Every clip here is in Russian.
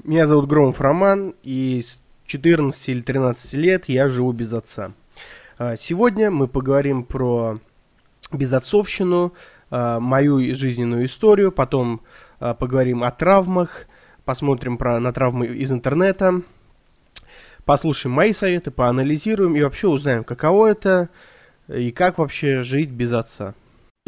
Меня зовут Громов Роман, и с 14 или 13 лет я живу без отца. Сегодня мы поговорим про безотцовщину, мою жизненную историю, потом поговорим о травмах, посмотрим на травмы из интернета, послушаем мои советы, поанализируем и вообще узнаем, каково это и как вообще жить без отца. О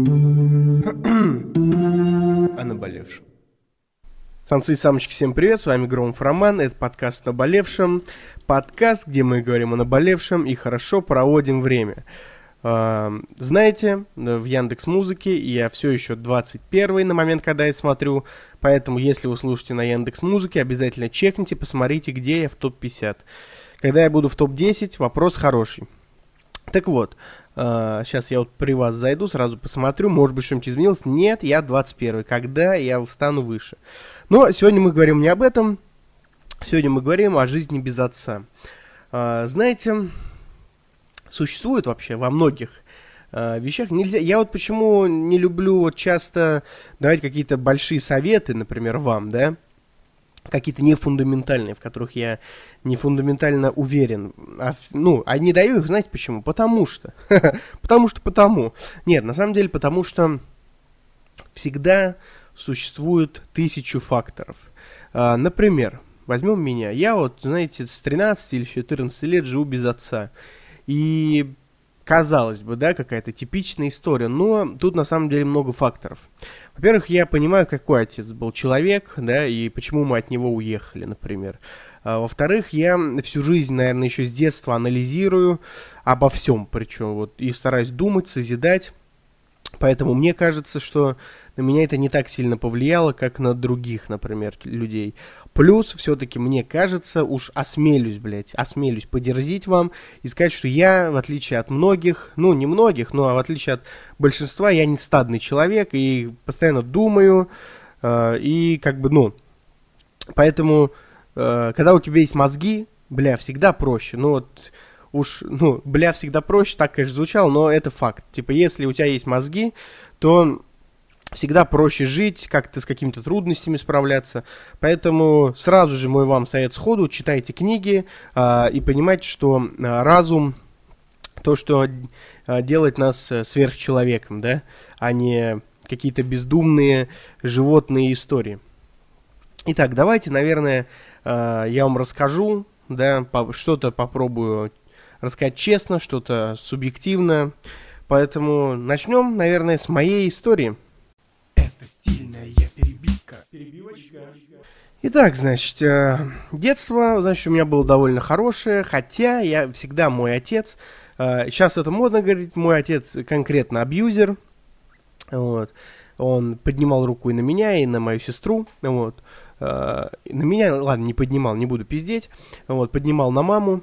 наболевшем. Самцы и самочки, всем привет, с вами Громов Роман, это подкаст «Наболевшем», подкаст, где мы говорим о наболевшем и хорошо проводим время. Знаете, в Яндекс.Музыке я все еще 21-й на момент, когда я смотрю, поэтому если вы слушаете на Яндекс.Музыке, обязательно чекните, посмотрите, где я в топ-50. Когда я буду в топ-10, вопрос хороший. Так вот, сейчас я вот при вас зайду, сразу посмотрю, может быть, что-нибудь изменилось. Нет, я 21-й, когда я встану выше. Но сегодня мы говорим не об этом, сегодня мы говорим о жизни без отца. Знаете, существует вообще во многих вещах нельзя. Я вот почему не люблю вот часто давать какие-то большие советы, например, вам, да, какие-то не фундаментальные, в которых я не фундаментально уверен. А не даю их, знаете почему? Потому что. Потому. Нет, на самом деле, потому что всегда существует 1000 факторов. Например, возьмем меня. Я вот, знаете, с 13 или 14 лет живу без отца. И казалось бы, да, какая-то типичная история, но тут на самом деле много факторов. Во-первых, я понимаю, какой отец был человек, да, и почему мы от него уехали, например. Во-вторых, я всю жизнь, наверное, еще с детства анализирую обо всем, причем вот, и стараюсь думать, созидать. Поэтому мне кажется, что на меня это не так сильно повлияло, как на других, например, людей. Плюс, все-таки, мне кажется, уж осмелюсь подерзить вам и сказать, что я, в отличие от многих, не многих, но в отличие от большинства, я не стадный человек и постоянно думаю, поэтому, когда у тебя есть мозги, всегда проще, всегда проще, так, конечно, звучало, но это факт. Типа, если у тебя есть мозги, то всегда проще жить, как-то с какими-то трудностями справляться. Поэтому сразу же мой вам совет сходу, читайте книги и понимайте, что разум, то, что делает нас сверхчеловеком, да, а не какие-то бездумные животные истории. Итак, давайте, наверное, я вам расскажу, да, что-то попробую рассказать честно, что-то субъективно. Поэтому начнем, наверное, с моей истории. Это стильная перебивка. Перебивочка. Итак, значит, детство, у меня было довольно хорошее, хотя я всегда мой отец, сейчас это модно говорить, мой отец конкретно абьюзер, вот, он поднимал руку и на меня, и на мою сестру, вот, на меня, ладно, не поднимал, не буду пиздеть, вот, поднимал на маму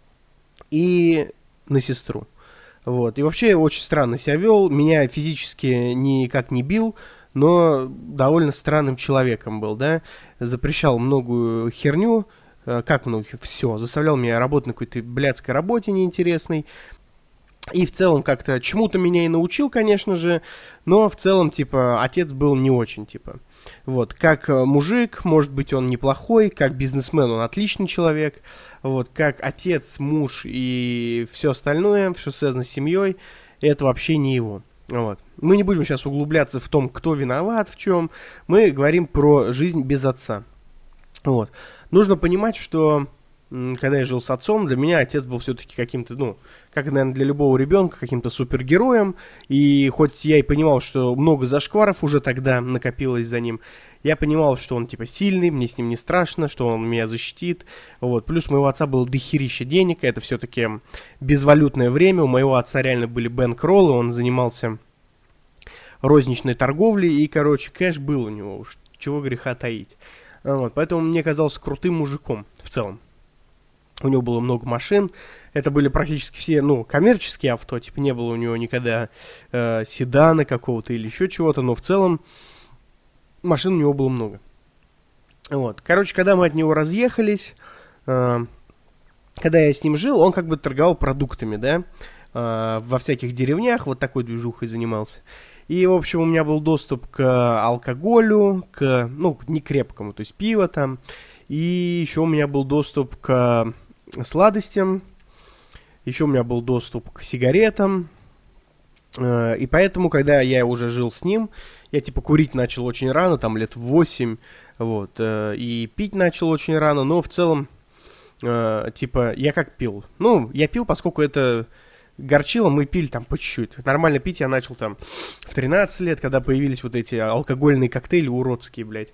и на сестру. Вот. И вообще очень странно себя вел. Меня физически никак не бил, но довольно странным человеком был, да. Запрещал многую херню. Как много? Все. Заставлял меня работать на какой-то блядской работе неинтересной. И в целом как-то чему-то меня и научил, конечно же, но в целом, отец был не очень, Вот, как мужик, может быть, он неплохой, как бизнесмен он отличный человек, вот, как отец, муж и все остальное, что связано с семьей, это вообще не его. Вот. Мы не будем сейчас углубляться в том, кто виноват, в чем, мы говорим про жизнь без отца. Вот. Нужно понимать, что когда я жил с отцом, для меня отец был все-таки каким-то, как, наверное, для любого ребенка, каким-то супергероем. И хоть я и понимал, что много зашкваров уже тогда накопилось за ним, я понимал, что он, сильный, мне с ним не страшно, что он меня защитит. Вот. Плюс у моего отца было дохерища денег, это все-таки безвалютное время. У моего отца реально были бэнкроллы, он занимался розничной торговлей, и, кэш был у него, уж чего греха таить. Вот. Поэтому мне казался крутым мужиком в целом. У него было много машин, это были практически все, коммерческие авто, не было у него никогда седана какого-то или еще чего-то, но в целом машин у него было много. Вот, когда мы от него разъехались, когда я с ним жил, он торговал продуктами, да, во всяких деревнях, вот такой движухой занимался. И, в общем, у меня был доступ к алкоголю, ну, не крепкому, то есть пиво там. И еще у меня был доступ к сладостям, еще у меня был доступ к сигаретам. И поэтому, когда я уже жил с ним, я, типа, курить начал очень рано, там, лет в 8, вот, и пить начал очень рано, но в целом, типа, я как пил? Ну, я пил, поскольку это горчило, мы пили там по чуть-чуть. Нормально пить я начал там в 13 лет, когда появились вот эти алкогольные коктейли уродские, блядь.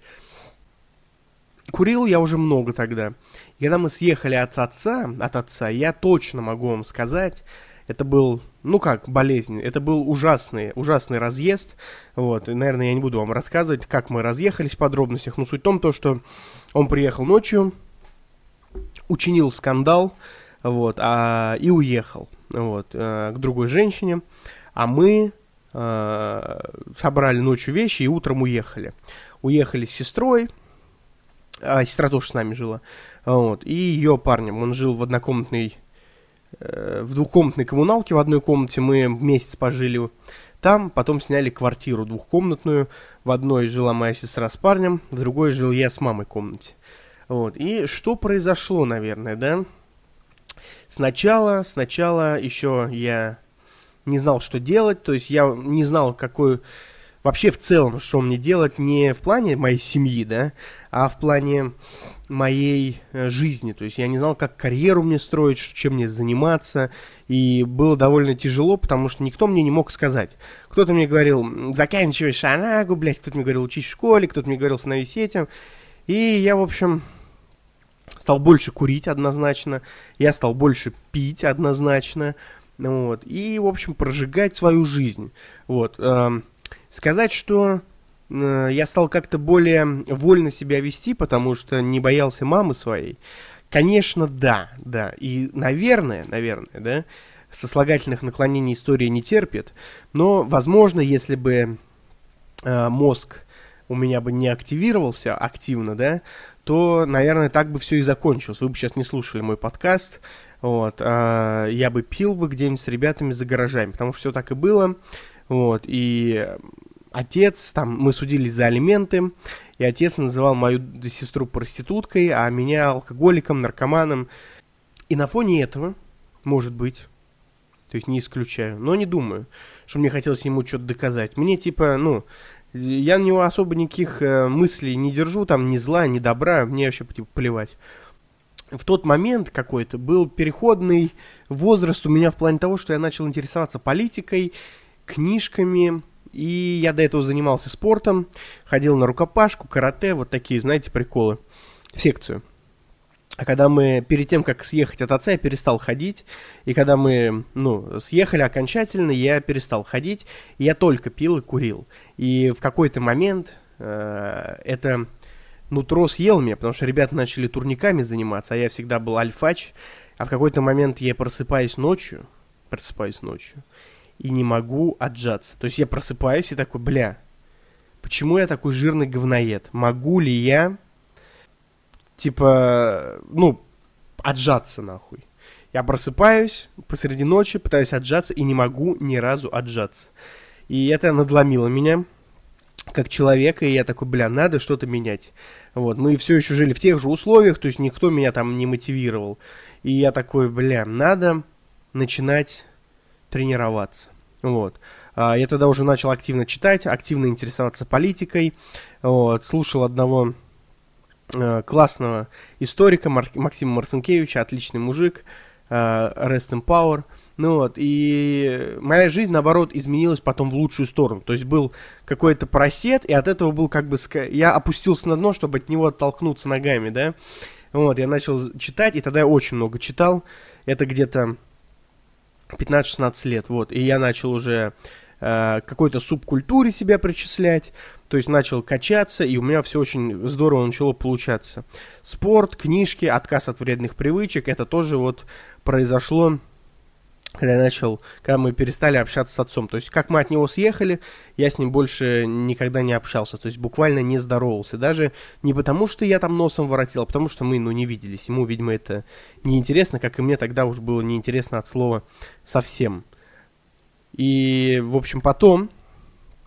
Курил я уже много тогда. И когда мы съехали от отца, я точно могу вам сказать, это был, ну как, болезнь, это был ужасный разъезд, вот, и, наверное, я не буду вам рассказывать, как мы разъехались в подробностях, но суть в том, что он приехал ночью, учинил скандал, вот, и уехал, вот, к другой женщине, а мы собрали ночью вещи и утром уехали. Уехали с сестрой, сестра тоже с нами жила, вот, и ее парнем, он жил в двухкомнатной коммуналке, в одной комнате мы месяц пожили там, потом сняли квартиру двухкомнатную, в одной жила моя сестра с парнем, в другой жил я с мамой в комнате. Вот. И что произошло, наверное, да? Сначала еще я не знал, что делать, то есть я не знал, вообще в целом, что мне делать, не в плане моей семьи, да, а в плане моей жизни, то есть я не знал, как карьеру мне строить, чем мне заниматься, и было довольно тяжело, потому что никто мне не мог сказать. Кто-то мне говорил, заканчивай шарагу, блядь, кто-то мне говорил, учись в школе, кто-то мне говорил, становись этим, и я, в общем, стал больше курить однозначно, я стал больше пить однозначно, вот, и, в общем, прожигать свою жизнь, вот. Сказать, что я стал как-то более вольно себя вести, потому что не боялся мамы своей, конечно, да, и, наверное, да, сослагательных наклонений история не терпит, но, возможно, если бы мозг у меня бы не активировался активно, да, то, наверное, так бы все и закончилось. Вы бы сейчас не слушали мой подкаст, вот, я бы пил бы где-нибудь с ребятами за гаражами, потому что все так и было, вот, и отец, там, мы судились за алименты, и отец называл мою сестру проституткой, а меня алкоголиком, наркоманом, и на фоне этого, может быть, то есть не исключаю, но не думаю, что мне хотелось ему что-то доказать, мне, типа, ну, я на него особо никаких мыслей не держу, там, ни зла, ни добра, мне вообще, типа, плевать. В тот момент какой-то был переходный возраст у меня в плане того, что я начал интересоваться политикой, книжками, и я до этого занимался спортом, ходил на рукопашку, карате, вот такие, знаете, приколы, в секцию. А когда мы, перед тем, как съехать от отца, я перестал ходить, и когда мы, съехали окончательно, я перестал ходить, и я только пил и курил. И в какой-то момент это нутро съел меня, потому что ребята начали турниками заниматься, а я всегда был альфач, а в какой-то момент я просыпаюсь ночью, и не могу отжаться. То есть я просыпаюсь и такой, бля, почему я такой жирный говноед? Могу ли я, типа, отжаться нахуй? Я просыпаюсь посреди ночи, пытаюсь отжаться и не могу ни разу отжаться. И это надломило меня как человека, и я такой, бля, надо что-то менять. Вот, мы все еще жили в тех же условиях, то есть никто меня там не мотивировал. И я такой, бля, надо начинать тренироваться. Вот. Я тогда уже начал активно читать, активно интересоваться политикой. Вот. Слушал одного классного историка Максима Марцинкевича, отличный мужик, Rest in Power. И моя жизнь, наоборот, изменилась потом в лучшую сторону. То есть был какой-то просед, и от этого был я опустился на дно, чтобы от него оттолкнуться ногами, да. Вот, я начал читать, и тогда я очень много читал. Это где-то 15-16 лет, вот, и я начал уже какой-то субкультуре себя причислять, то есть начал качаться, и у меня все очень здорово начало получаться. Спорт, книжки, отказ от вредных привычек, это тоже вот произошло, когда мы перестали общаться с отцом. То есть, как мы от него съехали, я с ним больше никогда не общался. То есть, буквально не здоровался. Даже не потому, что я там носом воротил, а потому, что мы, не виделись. Ему, видимо, это неинтересно, как и мне тогда уж было неинтересно от слова совсем. И, в общем, потом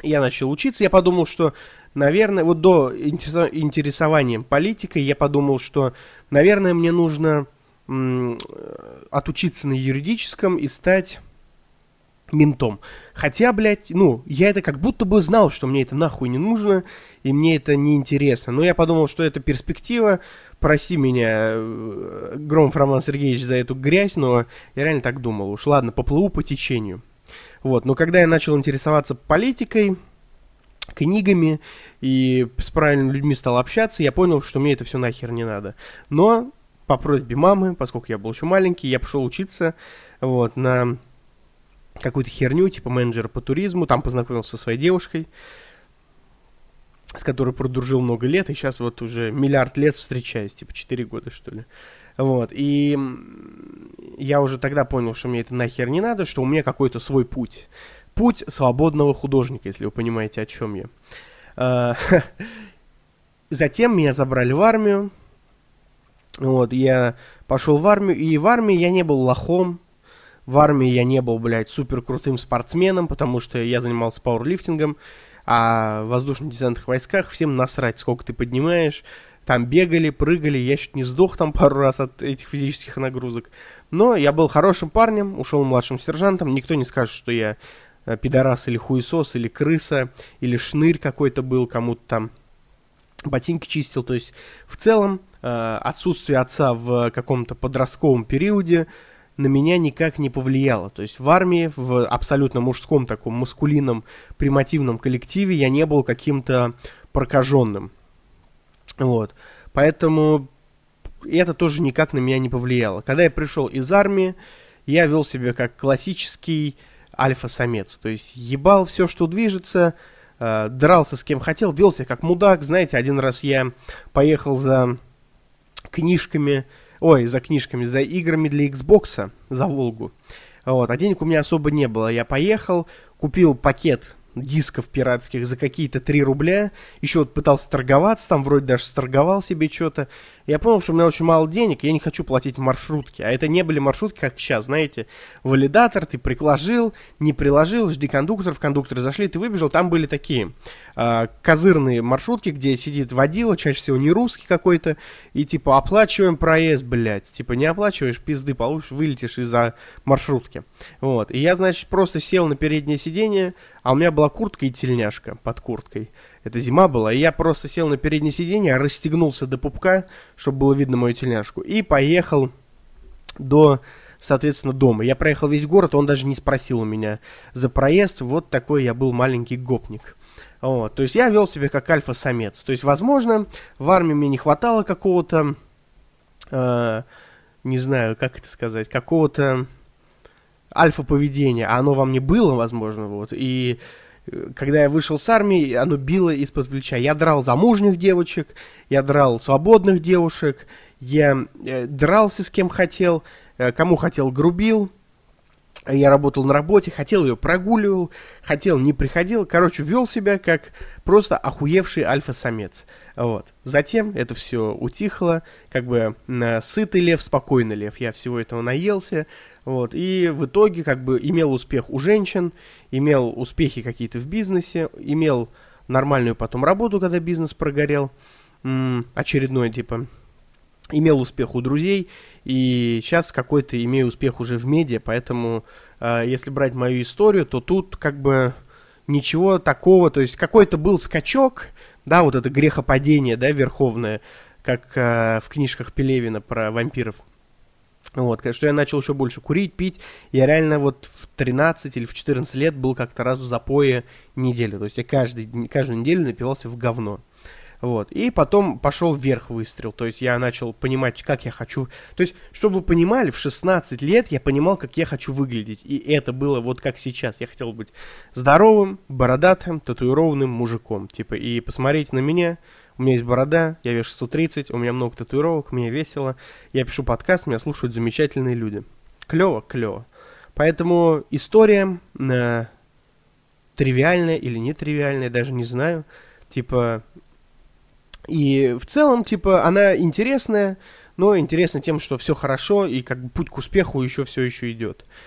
Я начал учиться, я подумал, что, наверное, вот до интересования политикой, я подумал, что, наверное, мне нужно отучиться на юридическом и стать ментом. Хотя, блядь, ну, я это как будто бы знал, что мне это нахуй не нужно, и мне это не интересно. Но я подумал, что это перспектива. Прости меня, Громов Роман Сергеевич, за эту грязь, но я реально так думал. Уж ладно, поплыву по течению. Вот, но когда я начал интересоваться политикой, книгами и с правильными людьми стал общаться, я понял, что мне это все нахер не надо. Но по просьбе мамы, поскольку я был еще маленький, я пошел учиться вот, на какую-то херню, типа менеджера по туризму, там познакомился со своей девушкой, с которой продружил много лет, и сейчас вот уже миллиард лет встречаюсь, типа 4 года, что ли. Вот, и я уже тогда понял, что мне это нахер не надо, что у меня какой-то свой путь. Путь свободного художника, если вы понимаете, о чем я. Затем меня забрали в армию. Вот, я пошел в армию, и в армии я не был лохом. В армии я не был, блядь, супер крутым спортсменом, потому что я занимался пауэрлифтингом, а в воздушно-десантных войсках всем насрать, сколько ты поднимаешь. Там бегали, прыгали, я чуть не сдох там пару раз от этих физических нагрузок. Но я был хорошим парнем, ушел младшим сержантом. Никто не скажет, что я пидорас или хуесос, или крыса, или шнырь какой-то был, кому-то там ботинки чистил. То есть в целом отсутствие отца в каком-то подростковом периоде на меня никак не повлияло. То есть в армии, в абсолютно мужском таком маскулинном примативном коллективе я не был каким-то прокаженным. Вот. Поэтому это тоже никак на меня не повлияло. Когда я пришел из армии, я вел себя как классический альфа-самец. То есть ебал все, что движется, дрался с кем хотел, вел себя как мудак. Знаете, один раз я поехал за книжками, за играми для Xbox, за Волгу. Вот, а денег у меня особо не было. Я поехал, купил пакет дисков пиратских за какие-то 3 рубля. Еще вот пытался торговаться, там вроде даже сторговал себе что-то. Я понял, что у меня очень мало денег, и я не хочу платить в маршрутке. А это не были маршрутки, как сейчас, знаете. Валидатор, ты приложил, не приложил, жди кондукторов, кондукторы зашли, ты выбежал. Там были такие козырные маршрутки, где сидит водила, чаще всего не русский какой-то, и типа оплачиваем проезд, блядь. Типа не оплачиваешь, пизды получишь, вылетишь из-за маршрутки. Вот. И я, значит, просто сел на переднее сиденье, а у меня была куртка и тельняшка под курткой. Это зима была, и я просто сел на переднее сиденье, расстегнулся до пупка, чтобы было видно мою тельняшку, и поехал до, соответственно, дома. Я проехал весь город, он даже не спросил у меня за проезд, вот такой я был маленький гопник. Вот, то есть я вел себя как альфа-самец. То есть, возможно, в армии мне не хватало какого-то, не знаю, как это сказать, какого-то альфа-поведения, а оно во мне было, возможно, вот, и когда я вышел с армии, оно било из-под плеча. Я драл замужних девочек, я драл свободных девушек, я дрался с кем хотел, кому хотел грубил. Я работал на работе, хотел ее прогуливал, хотел не приходил. Короче, вел себя как просто охуевший альфа-самец. Вот. Затем это все утихло, как бы сытый лев, спокойный лев. Я всего этого наелся. Вот. И в итоге как бы имел успех у женщин, имел успехи какие-то в бизнесе, имел нормальную потом работу, когда бизнес прогорел. Очередной типа. Имел успех у друзей, и сейчас какой-то имею успех уже в медиа, поэтому, если брать мою историю, то тут как бы ничего такого, то есть какой-то был скачок, да, вот это грехопадение, да, верховное, как в книжках Пелевина про вампиров. Вот, что я начал еще больше курить, пить, я реально вот в 13 или в 14 лет был как-то раз в запое неделю, то есть я каждую неделю напивался в говно. Вот. И потом пошел вверх выстрел. То есть я начал понимать, как я хочу. То есть, чтобы вы понимали, в 16 лет я понимал, как я хочу выглядеть. И это было вот как сейчас. Я хотел быть здоровым, бородатым, татуированным мужиком. Типа, и посмотрите на меня. У меня есть борода, я вешу 130, у меня много татуировок, мне весело. Я пишу подкаст, меня слушают замечательные люди. Клево, клево. Поэтому история тривиальная или нетривиальная, даже не знаю. Типа... И в целом, типа, она интересная, но интересна тем, что все хорошо, и как бы путь к успеху еще все еще идет.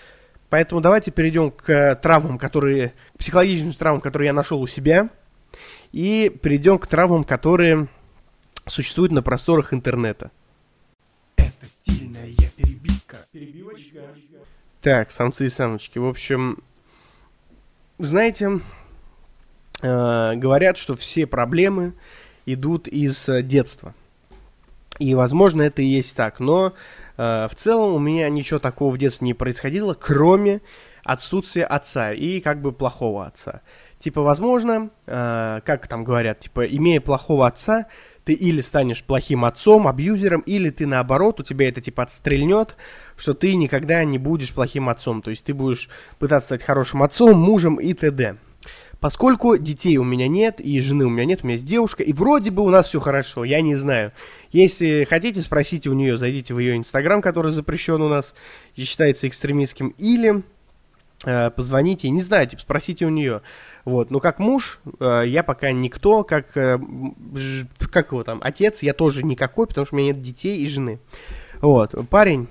Поэтому давайте перейдем к психологическим травмам, которые я нашел у себя, и перейдем к травмам, которые существуют на просторах интернета. Это стильная перебивка. Перебивочка. Так, самцы и самочки. В общем, знаете, говорят, что все проблемы идут из детства. И, возможно, это и есть так. Но в целом у меня ничего такого в детстве не происходило, кроме отсутствия отца и как бы плохого отца. Типа, возможно, как там говорят, типа, имея плохого отца, ты или станешь плохим отцом, абьюзером, или ты наоборот, у тебя это типа отстрельнет, что ты никогда не будешь плохим отцом. То есть ты будешь пытаться стать хорошим отцом, мужем и т.д. Поскольку детей у меня нет, и жены у меня нет, у меня есть девушка, и вроде бы у нас все хорошо, я не знаю. Если хотите, спросите у нее, зайдите в ее инстаграм, который запрещен у нас и считается экстремистским, или позвоните, не знаю, типа, спросите у нее. Вот, но как муж, я пока никто, как его там, отец, я тоже никакой, потому что у меня нет детей и жены. Вот, парень,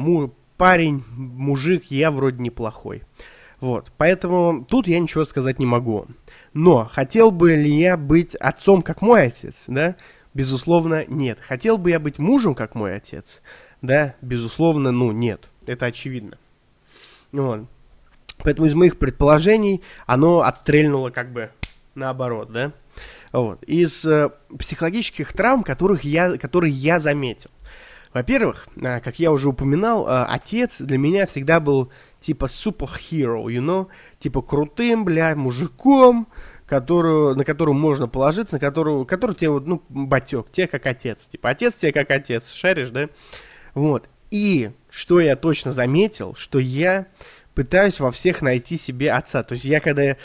мужик, я вроде неплохой. Вот, поэтому тут я ничего сказать не могу. Но хотел бы ли я быть отцом, как мой отец, да? Безусловно, нет. Хотел бы я быть мужем, как мой отец, да? Безусловно, нет. Это очевидно. Вот. Поэтому из моих предположений оно отстрельнуло как бы наоборот, да? Вот. Из психологических травм, которые я заметил. Во-первых, как я уже упоминал, отец для меня всегда был типа superhero, типа крутым, мужиком, на которого можно положиться, который тебе батек, тебе как отец. Типа отец тебе как отец, шаришь, да? Вот. И что я точно заметил, что я пытаюсь во всех найти себе отца. То есть я когда, я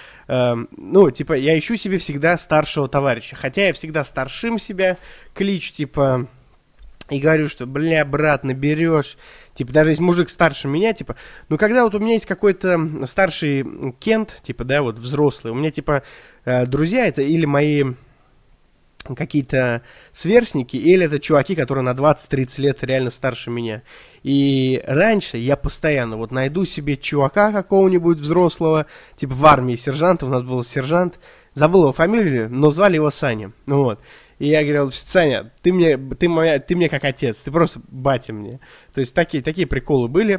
ищу себе всегда старшего товарища. Хотя я всегда старшим себя кличу, типа, и говорю, что, брат, наберешь. Типа, даже если мужик старше меня, типа, когда вот у меня есть какой-то старший Кент, типа, да, вот взрослый, у меня, типа, друзья это или мои какие-то сверстники, или это чуваки, которые на 20-30 лет реально старше меня. И раньше я постоянно вот найду себе чувака какого-нибудь взрослого, типа в армии сержанта, у нас был сержант, забыл его фамилию, но звали его Саня, вот. И я говорил, Саня, ты мне как отец, ты просто батя мне. То есть такие приколы были.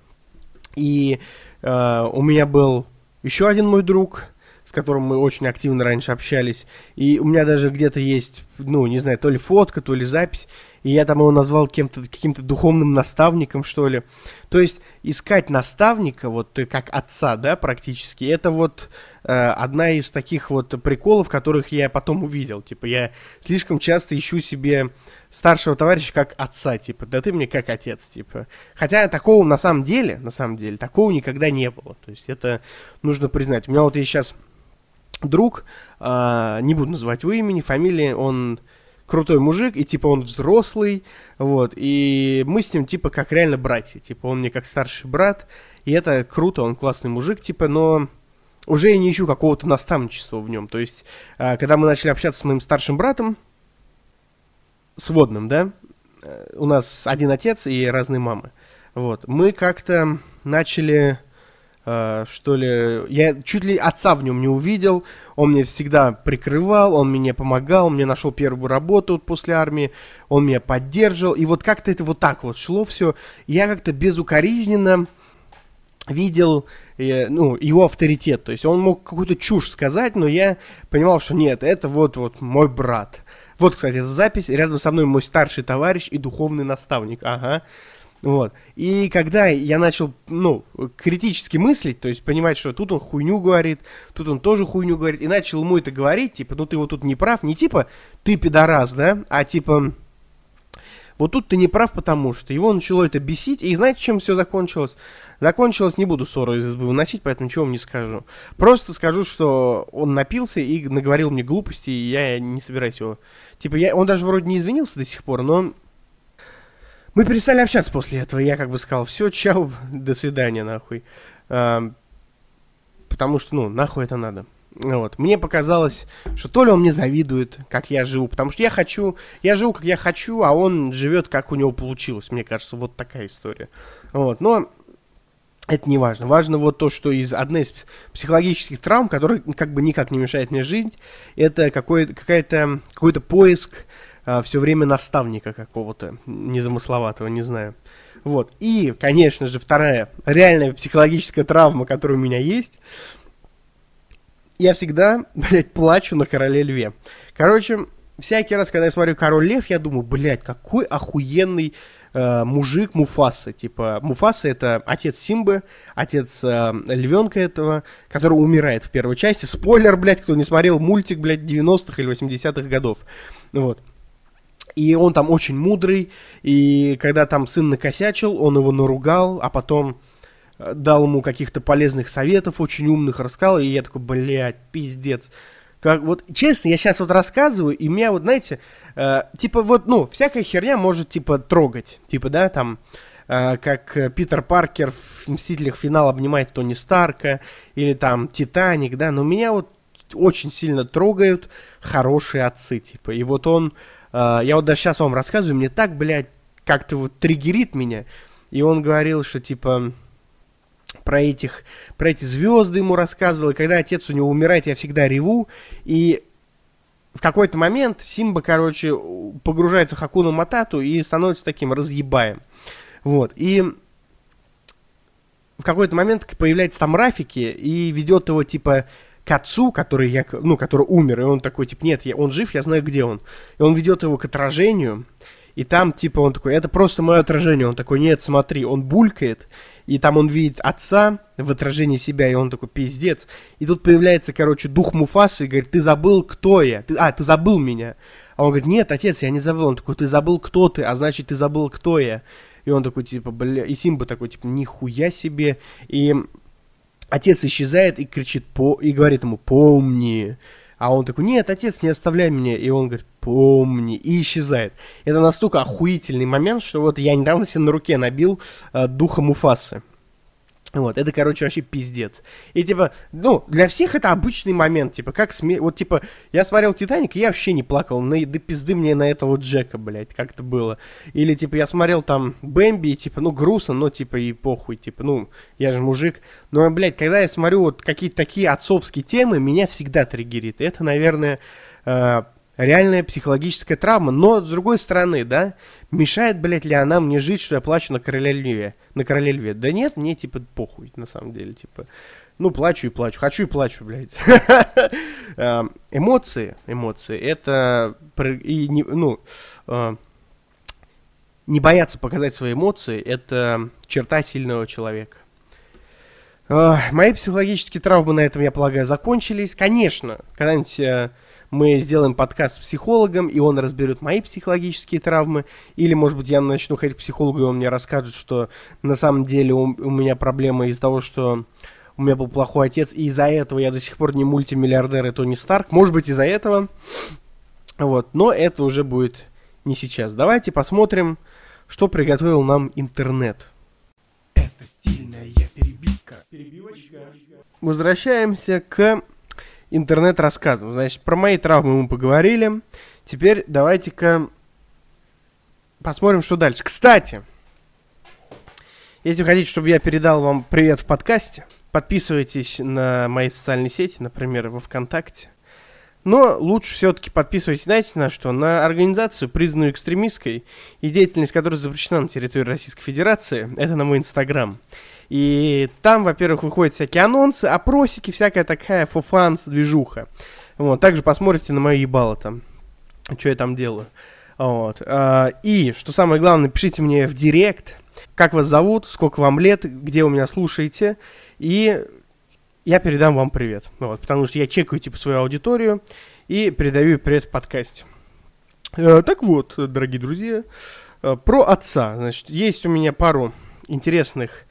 И у меня был еще один мой друг, с которым мы очень активно раньше общались. И у меня даже где-то есть, не знаю, то ли фотка, то ли запись. И я там его назвал каким-то духовным наставником, что ли. То есть искать наставника, вот как отца, да, практически, это вот одна из таких вот приколов, которых я потом увидел. Типа я слишком часто ищу себе старшего товарища как отца, типа, да ты мне как отец, типа. Хотя такого на самом деле, такого никогда не было. То есть это нужно признать. У меня вот есть сейчас друг, не буду называть его имени, фамилии, он крутой мужик, и типа он взрослый, вот, и мы с ним типа как реально братья, типа он мне как старший брат, и это круто, он классный мужик, типа, но уже я не ищу какого-то наставничества в нем, то есть, когда мы начали общаться с моим старшим братом, сводным, да, у нас один отец и разные мамы, вот, мы как-то начали... я чуть ли отца в нем не увидел, он мне всегда прикрывал, он мне помогал, он мне нашел первую работу после армии, он меня поддерживал, и вот как-то это вот так вот шло все, я как-то безукоризненно видел, его авторитет, то есть он мог какую-то чушь сказать, но я понимал, что нет, это вот мой брат. Вот, кстати, эта запись, рядом со мной мой старший товарищ и духовный наставник, ага. Вот. И когда я начал, критически мыслить, то есть понимать, что тут он хуйню говорит, тут он тоже хуйню говорит, и начал ему это говорить, типа, ты вот тут не прав, не типа, ты пидорас, да, а типа, вот тут ты не прав, потому что его начало это бесить, и знаете, чем все закончилось? Закончилось, не буду ссору из избы выносить, поэтому ничего вам не скажу. Просто скажу, что он напился и наговорил мне глупости, и я не собираюсь его... Типа, он даже вроде не извинился до сих пор, но... Мы перестали общаться после этого, я как бы сказал, все, чау, до свидания, нахуй. Потому что, нахуй это надо. Вот. Мне показалось, что то ли он мне завидует, как я живу, потому что я живу, как я хочу, а он живет, как у него получилось, мне кажется, вот такая история. Вот. Но это не важно. Важно вот то, что из одной из психологических травм, которая как бы никак не мешает мне жить, это какой-то поиск все время наставника какого-то незамысловатого, не знаю. Вот. И, конечно же, вторая реальная психологическая травма, которая у меня есть, я всегда, блядь, плачу на «Короле Льве». Короче, всякий раз, когда я смотрю «Король Лев», я думаю, блядь, какой охуенный мужик Муфаса. Типа, Муфаса — это отец Симбы, отец львенка этого, который умирает в первой части. Спойлер, блядь, кто не смотрел мультик, блядь, 90-х или 80-х годов. Вот. И он там очень мудрый, и когда там сын накосячил, он его наругал, а потом дал ему каких-то полезных советов, очень умных рассказал, и я такой, блядь, пиздец. Как, вот, честно, я сейчас вот рассказываю, и меня вот, знаете, типа вот, ну, всякая херня может, типа, трогать. Типа, да, там, как Питер Паркер в «Мстителях. Финал» обнимает Тони Старка, или там «Титаник», да, но меня вот очень сильно трогают хорошие отцы, типа. И вот он, я вот даже сейчас вам рассказываю, мне так, блядь, как-то вот триггерит меня. И он говорил, что, типа... Про эти звезды ему рассказывал, и когда отец у него умирает, я всегда реву, и в какой-то момент Симба, короче, погружается в Хакуна Матату и становится таким разъебаем. Вот, и в какой-то момент появляется там Рафики и ведет его, типа, к отцу, который умер, и он такой, типа, нет, он жив, я знаю, где он. И он ведет его к отражению, и там, типа, он такой, это просто мое отражение. Он такой, нет, смотри, он булькает, и там он видит отца в отражении себя, и он такой, пиздец. И тут появляется, короче, дух Муфасы и говорит, ты забыл, кто я? Ты забыл меня. А он говорит, нет, отец, я не забыл. Он такой, ты забыл, кто ты, а значит, ты забыл, кто я. И он такой, типа, бля, и Симба такой, типа, нихуя себе. И отец исчезает и кричит, и говорит ему, помни. А он такой, нет, отец, не оставляй меня. И он говорит, помни. И исчезает. Это настолько охуительный момент, что вот я недавно себе на руке набил духа Муфасы. Вот, это, короче, вообще пиздец. И, типа, ну, для всех это обычный момент, типа, как вот, типа, я смотрел «Титаник», и я вообще не плакал, да пизды мне на этого Джека, блядь, как это было. Или, типа, я смотрел там «Бэмби», и, типа, ну, грустно, но, типа, и похуй, типа, ну, я же мужик. Но, блядь, когда я смотрю вот какие-то такие отцовские темы, меня всегда триггерит. Это, наверное, реальная психологическая травма, но, с другой стороны, да, мешает, блядь, ли она мне жить, что я плачу на «Короле Льве»? На «Короле Льве»? Да нет, мне, типа, похуй, на самом деле, типа, ну, плачу и плачу, хочу и плачу, блядь. Эмоции, это, не бояться показать свои эмоции, это черта сильного человека. Мои психологические травмы на этом, я полагаю, закончились. Конечно, когда-нибудь мы сделаем подкаст с психологом, и он разберет мои психологические травмы. Или, может быть, я начну ходить к психологу, и он мне расскажет, что на самом деле у меня проблема из-за того, что у меня был плохой отец, и из-за этого я до сих пор не мультимиллиардер и Тони Старк. Может быть, из-за этого. Вот. Но это уже будет не сейчас. Давайте посмотрим, что приготовил нам интернет. Это стильная перебивка. Возвращаемся к интернет-рассказам. Значит, про мои травмы мы поговорили. Теперь давайте-ка посмотрим, что дальше. Кстати, если вы хотите, чтобы я передал вам привет в подкасте, подписывайтесь на мои социальные сети, например, во ВКонтакте. Но лучше все-таки подписывайтесь, знаете, на что? На организацию, признанную экстремистской, и деятельность которой запрещена на территории Российской Федерации. Это на мой Инстаграм. И там, во-первых, выходят всякие анонсы, опросики, всякая такая фофанс, движуха. Вот. Также посмотрите на мое ебало там, что я там делаю. Вот. И, что самое главное, пишите мне в директ, как вас зовут, сколько вам лет, где вы меня слушаете, и я передам вам привет. Вот. Потому что я чекаю, типа, свою аудиторию и передаю привет в подкасте. Так вот, дорогие друзья, про отца. Значит, есть у меня пару интересных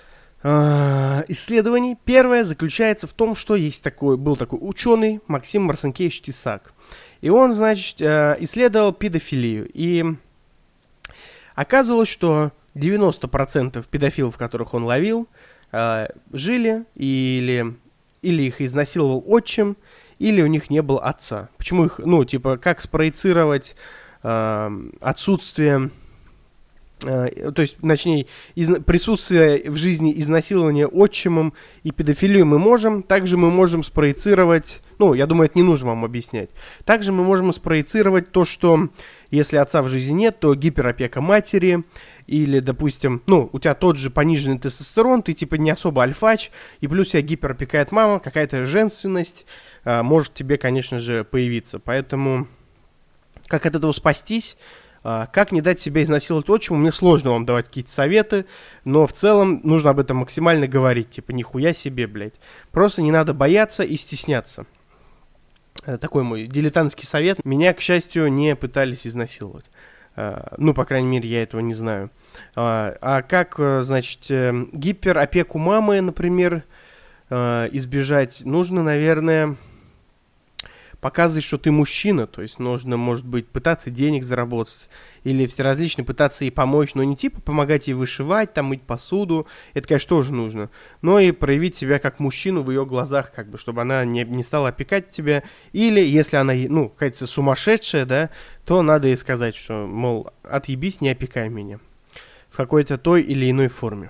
исследований. Первое заключается в том, что был такой ученый Максим Марцинкевич Тесак. И он, значит, исследовал педофилию. И оказывалось, что 90% педофилов, которых он ловил, жили или их изнасиловал отчим, или у них не было отца. Почему их, как спроецировать отсутствие то есть, точнее, присутствие в жизни изнасилования отчимом и педофилию мы можем. Также мы можем спроецировать, ну, я думаю, это не нужно вам объяснять. Также мы можем спроецировать то, что если отца в жизни нет, то гиперопека матери, или, допустим, ну, у тебя тот же пониженный тестостерон, ты типа не особо альфач, и плюс тебя гиперопекает мама, какая-то женственность может тебе, конечно же, появиться. Поэтому, как от этого спастись? Как не дать себя изнасиловать отчиму, мне сложно вам давать какие-то советы, но в целом нужно об этом максимально говорить, типа нихуя себе, блядь. Просто не надо бояться и стесняться. Такой мой дилетантский совет. Меня, к счастью, не пытались изнасиловать. Ну, по крайней мере, я этого не знаю. А как, значит, гиперопеку мамы, например, избежать? Нужно, наверное, показывать, что ты мужчина, то есть нужно, может быть, пытаться денег заработать, или всеразлично пытаться ей помочь, но не типа помогать ей вышивать, там, мыть посуду, это, конечно, тоже нужно, но и проявить себя как мужчину в ее глазах, как бы, чтобы она не стала опекать тебя, или если она, ну, какая-то сумасшедшая, да, то надо ей сказать, что, мол, отъебись, не опекай меня, в какой-то той или иной форме.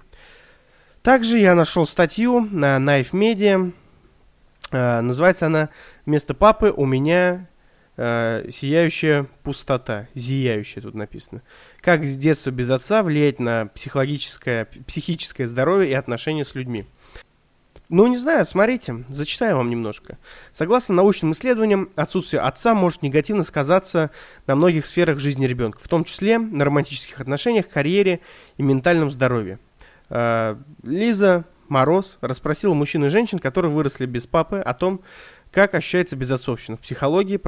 Также я нашел статью на Knife Media. Называется она «Вместо папы у меня сияющая пустота». Зияющая тут написано. Как с детства без отца влиять на психическое здоровье и отношения с людьми. Ну, не знаю, смотрите, зачитаю вам немножко. Согласно научным исследованиям, отсутствие отца может негативно сказаться на многих сферах жизни ребенка, в том числе на романтических отношениях, карьере и ментальном здоровье. Лиза Мороз расспросила мужчин и женщин, которые выросли без папы, о том, как ощущается безотцовщина. В психологии,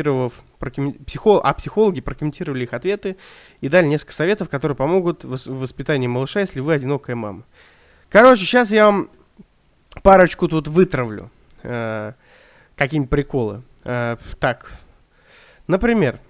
психологи прокомментировали их ответы и дали несколько советов, которые помогут в воспитании малыша, если вы одинокая мама. Короче, сейчас я вам парочку тут вытравлю. Какие-нибудь приколы. Так, например,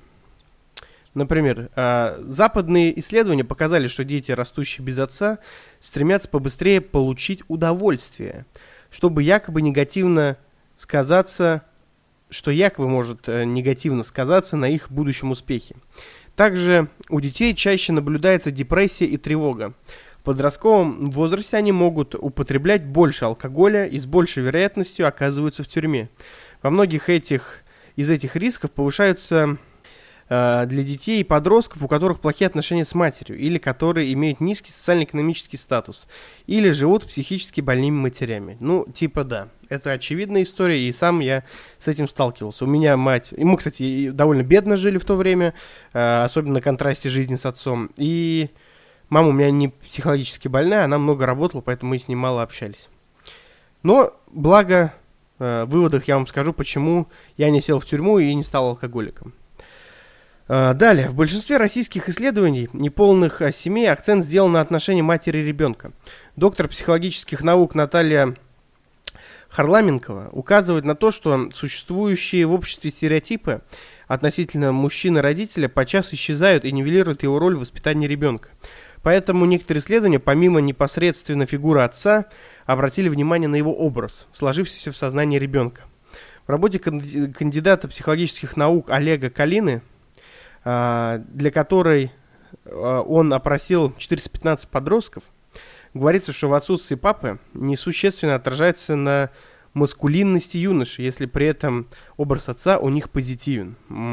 западные исследования показали, что дети, растущие без отца, стремятся побыстрее получить удовольствие, чтобы якобы негативно сказаться, что якобы может негативно сказаться на их будущем успехе. Также у детей чаще наблюдается депрессия и тревога. В подростковом возрасте они могут употреблять больше алкоголя и с большей вероятностью оказываются в тюрьме. Во многих из этих рисков повышаются для детей и подростков, у которых плохие отношения с матерью, или которые имеют низкий социально-экономический статус, или живут психически больными матерями. Ну, типа да, это очевидная история, и сам я с этим сталкивался. У меня мать, и мы, кстати, довольно бедно жили в то время, особенно на контрасте жизни с отцом, и мама у меня не психологически больная, она много работала, поэтому мы с ней мало общались. Но, благо, в выводах я вам скажу, почему я не сел в тюрьму и не стал алкоголиком. Далее, в большинстве российских исследований неполных семей акцент сделан на отношении матери и ребенка. Доктор психологических наук Наталья Харламенкова указывает на то, что существующие в обществе стереотипы относительно мужчины-родителя подчас исчезают и нивелируют его роль в воспитании ребенка. Поэтому некоторые исследования, помимо непосредственно фигуры отца, обратили внимание на его образ, сложившийся в сознании ребенка. В работе кандидата психологических наук Олега Калины, для которой он опросил 415 подростков, говорится, что в отсутствии папы несущественно отражается на маскулинности юноши, если при этом образ отца у них позитивен.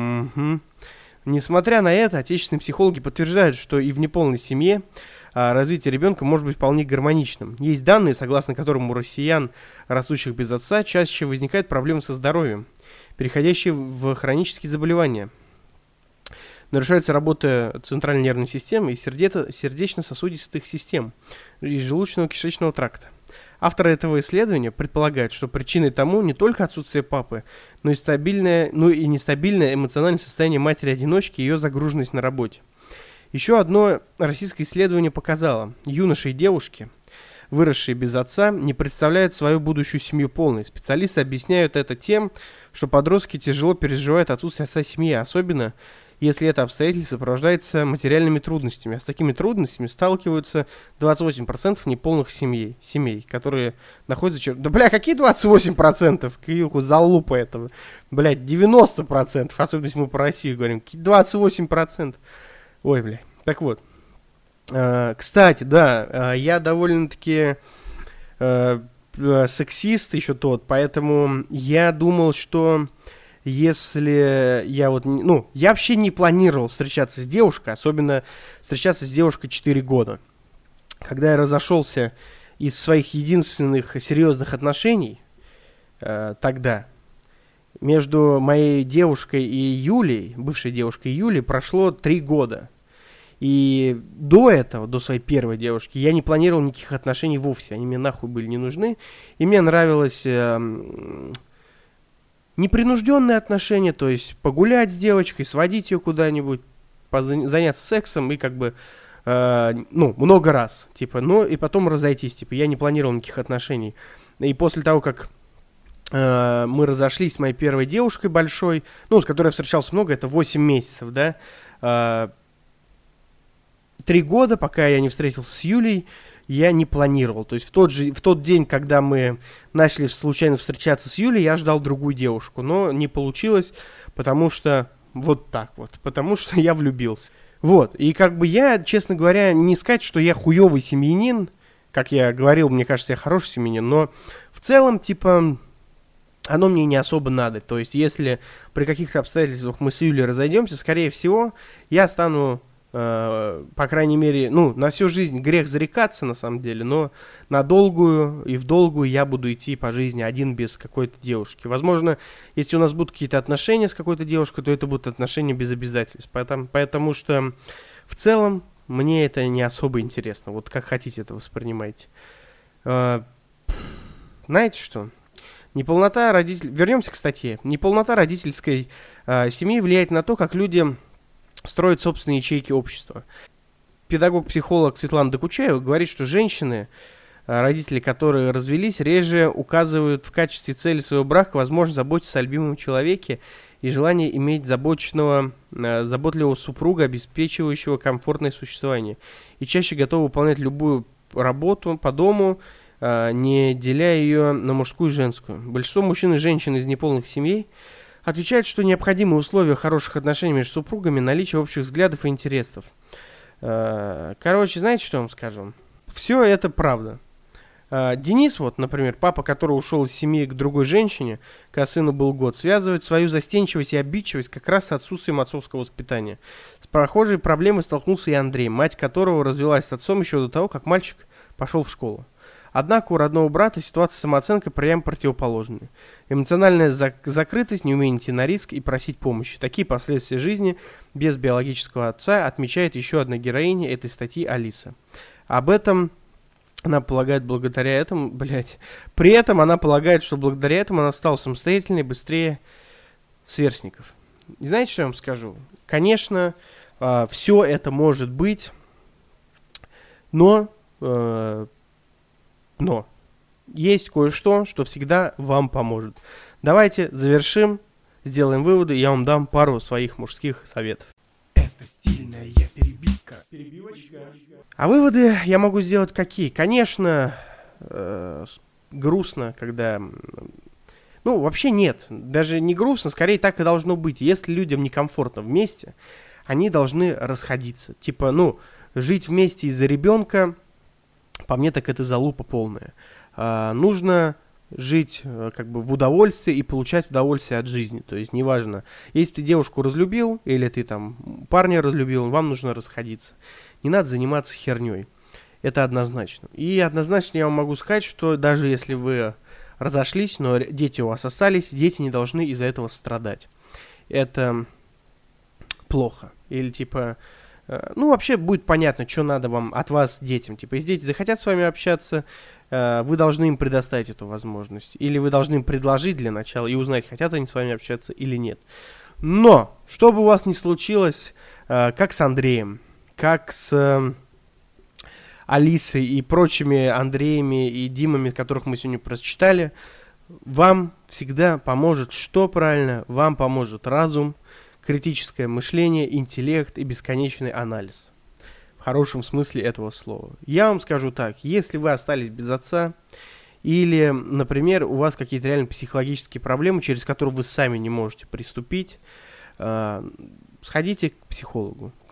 Несмотря на это, отечественные психологи подтверждают, что и в неполной семье развитие ребенка может быть вполне гармоничным. Есть данные, согласно которым у россиян, растущих без отца, чаще возникают проблемы со здоровьем, переходящие в хронические заболевания. Нарушается работа центральной нервной системы и сердечно-сосудистых систем и желудочно-кишечного тракта. Авторы этого исследования предполагают, что причиной тому не только отсутствие папы, но и нестабильное эмоциональное состояние матери-одиночки и ее загруженность на работе. Еще одно российское исследование показало, юноши и девушки, выросшие без отца, не представляют свою будущую семью полной. Специалисты объясняют это тем, что подростки тяжело переживают отсутствие отца в семье, особенно если это обстоятельство сопровождается материальными трудностями. А с такими трудностями сталкиваются 28% неполных семей, которые находятся... Да, бля, какие 28%? Какие залупа этого? Блядь, 90%, особенно если мы про Россию говорим. 28%. Ой, бля. Так вот, Кстати, да, я довольно-таки сексист еще тот, поэтому я думал, что если я вот, ну, я вообще не планировал встречаться с девушкой, особенно встречаться с девушкой 4 года. Когда я разошелся из своих единственных серьезных отношений, тогда между моей девушкой и Юлей, бывшей девушкой Юлей, прошло 3 года. И до этого, до своей первой девушки, я не планировал никаких отношений вовсе. Они мне нахуй были не нужны. И мне нравилось непринужденные отношения, то есть погулять с девочкой, сводить ее куда-нибудь, заняться сексом и как бы, много раз. Типа, и потом разойтись. Типа, я не планировал никаких отношений. И после того, как мы разошлись с моей первой девушкой большой, с которой я встречался много, это 8 месяцев, да, 3 года, пока я не встретился с Юлей, я не планировал. То есть в тот день, когда мы начали случайно встречаться с Юлей, я ждал другую девушку. Но не получилось, потому что вот так вот. Потому что я влюбился. Вот. И как бы я, честно говоря, не сказать, что я хуёвый семьянин. Как я говорил, мне кажется, я хороший семьянин. Но в целом, типа, оно мне не особо надо. То есть если при каких-то обстоятельствах мы с Юлей разойдемся, скорее всего, я стану... по крайней мере, на всю жизнь грех зарекаться, на самом деле, но на долгую и в долгую я буду идти по жизни один без какой-то девушки. Возможно, если у нас будут какие-то отношения с какой-то девушкой, то это будут отношения без обязательств. Потому что в целом мне это не особо интересно. Вот как хотите это воспринимайте. Знаете что? Вернемся к статье. Неполнота родительской семьи влияет на то, как люди строят собственные ячейки общества. Педагог-психолог Светлана Докучаева говорит, что женщины, родители, которые развелись, реже указывают в качестве цели своего брака возможность заботиться о любимом человеке и желание иметь заботливого супруга, обеспечивающего комфортное существование. И чаще готовы выполнять любую работу по дому, не деля ее на мужскую и женскую. Большинство мужчин и женщин из неполных семей отвечает, что необходимые условия хороших отношений между супругами — наличие общих взглядов и интересов. Короче, знаете, что я вам скажу? Все это правда. Денис, вот, например, папа, который ушел из семьи к другой женщине, когда сыну был год, связывает свою застенчивость и обидчивость как раз с отсутствием отцовского воспитания. С похожей проблемой столкнулся и Андрей, мать которого развелась с отцом еще до того, как мальчик пошел в школу. Однако у родного брата ситуация с самооценкой прямо противоположная. Эмоциональная закрытость, неумение идти на риск и просить помощи. Такие последствия жизни без биологического отца отмечает еще одна героиня этой статьи, Алиса. Об этом она полагает При этом она полагает, что благодаря этому она стала самостоятельной, быстрее сверстников. И знаете, что я вам скажу? Конечно, все это может быть, но есть кое-что, что всегда вам поможет. Давайте завершим, сделаем выводы, и я вам дам пару своих мужских советов. Это стильная перебивка. А выводы я могу сделать какие? Конечно, грустно, когда... вообще нет. Даже не грустно, скорее так и должно быть. Если людям некомфортно вместе, они должны расходиться. Типа, жить вместе из-за ребенка, по мне, так это залупа полная. Нужно жить как бы в удовольствии и получать удовольствие от жизни. То есть неважно, если ты девушку разлюбил или ты там парня разлюбил, вам нужно расходиться. Не надо заниматься херней. Это однозначно. И однозначно я вам могу сказать, что даже если вы разошлись, но дети у вас остались, дети не должны из-за этого страдать. Это плохо. Или типа... вообще будет понятно, что надо вам от вас детям. Типа, если дети захотят с вами общаться, вы должны им предоставить эту возможность. Или вы должны им предложить для начала и узнать, хотят они с вами общаться или нет. Но, что бы у вас ни случилось, как с Андреем, как с Алисой и прочими Андреями и Димами, которых мы сегодня прочитали, вам всегда поможет что правильно? Вам поможет разум, критическое мышление, интеллект и бесконечный анализ. В хорошем смысле этого слова. Я вам скажу так, если вы остались без отца, или, например, у вас какие-то реально психологические проблемы, через которые вы сами не можете приступить, сходите к психологу.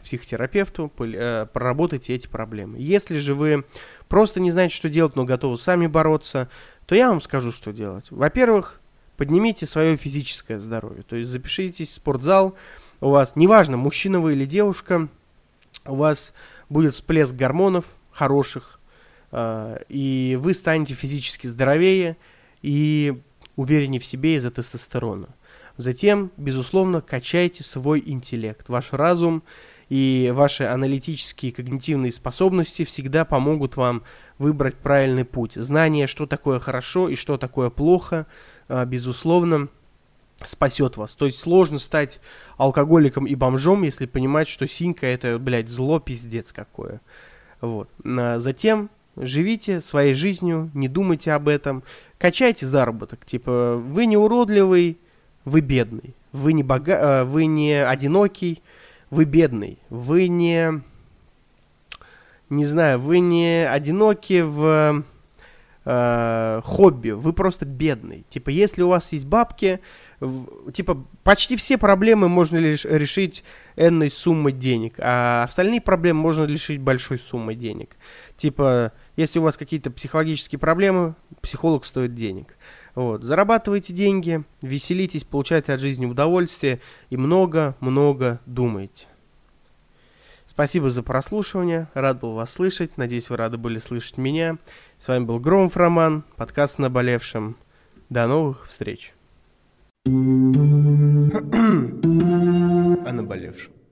психотерапевту, проработайте эти проблемы. Если же вы просто не знаете, что делать, но готовы сами бороться, то я вам скажу, что делать. Во-первых, поднимите свое физическое здоровье, то есть запишитесь в спортзал, у вас, неважно, мужчина вы или девушка, у вас будет всплеск гормонов хороших, и вы станете физически здоровее и увереннее в себе из-за тестостерона. Затем, безусловно, качайте свой интеллект. Ваш разум и ваши аналитические и когнитивные способности всегда помогут вам выбрать правильный путь. Знание, что такое хорошо и что такое плохо, безусловно, спасет вас. То есть сложно стать алкоголиком и бомжом, если понимать, что синька это, блядь, зло пиздец какое. Вот. Затем живите своей жизнью, не думайте об этом, качайте заработок. Типа, вы не уродливый, вы бедный, вы не одинокий, вы бедный, вы не знаю, вы не одиноки в хобби, вы просто бедный. Типа, если у вас есть бабки, типа, почти все проблемы можно решить энной суммой денег, а остальные проблемы можно решить большой суммой денег. Типа, если у вас какие-то психологические проблемы, психолог стоит денег. Вот. Зарабатывайте деньги, веселитесь, получайте от жизни удовольствие и много-много думайте. Спасибо за прослушивание, рад был вас слышать, надеюсь, вы рады были слышать меня. С вами был Громов Роман, подкаст о наболевшем. До новых встреч. О наболевшем.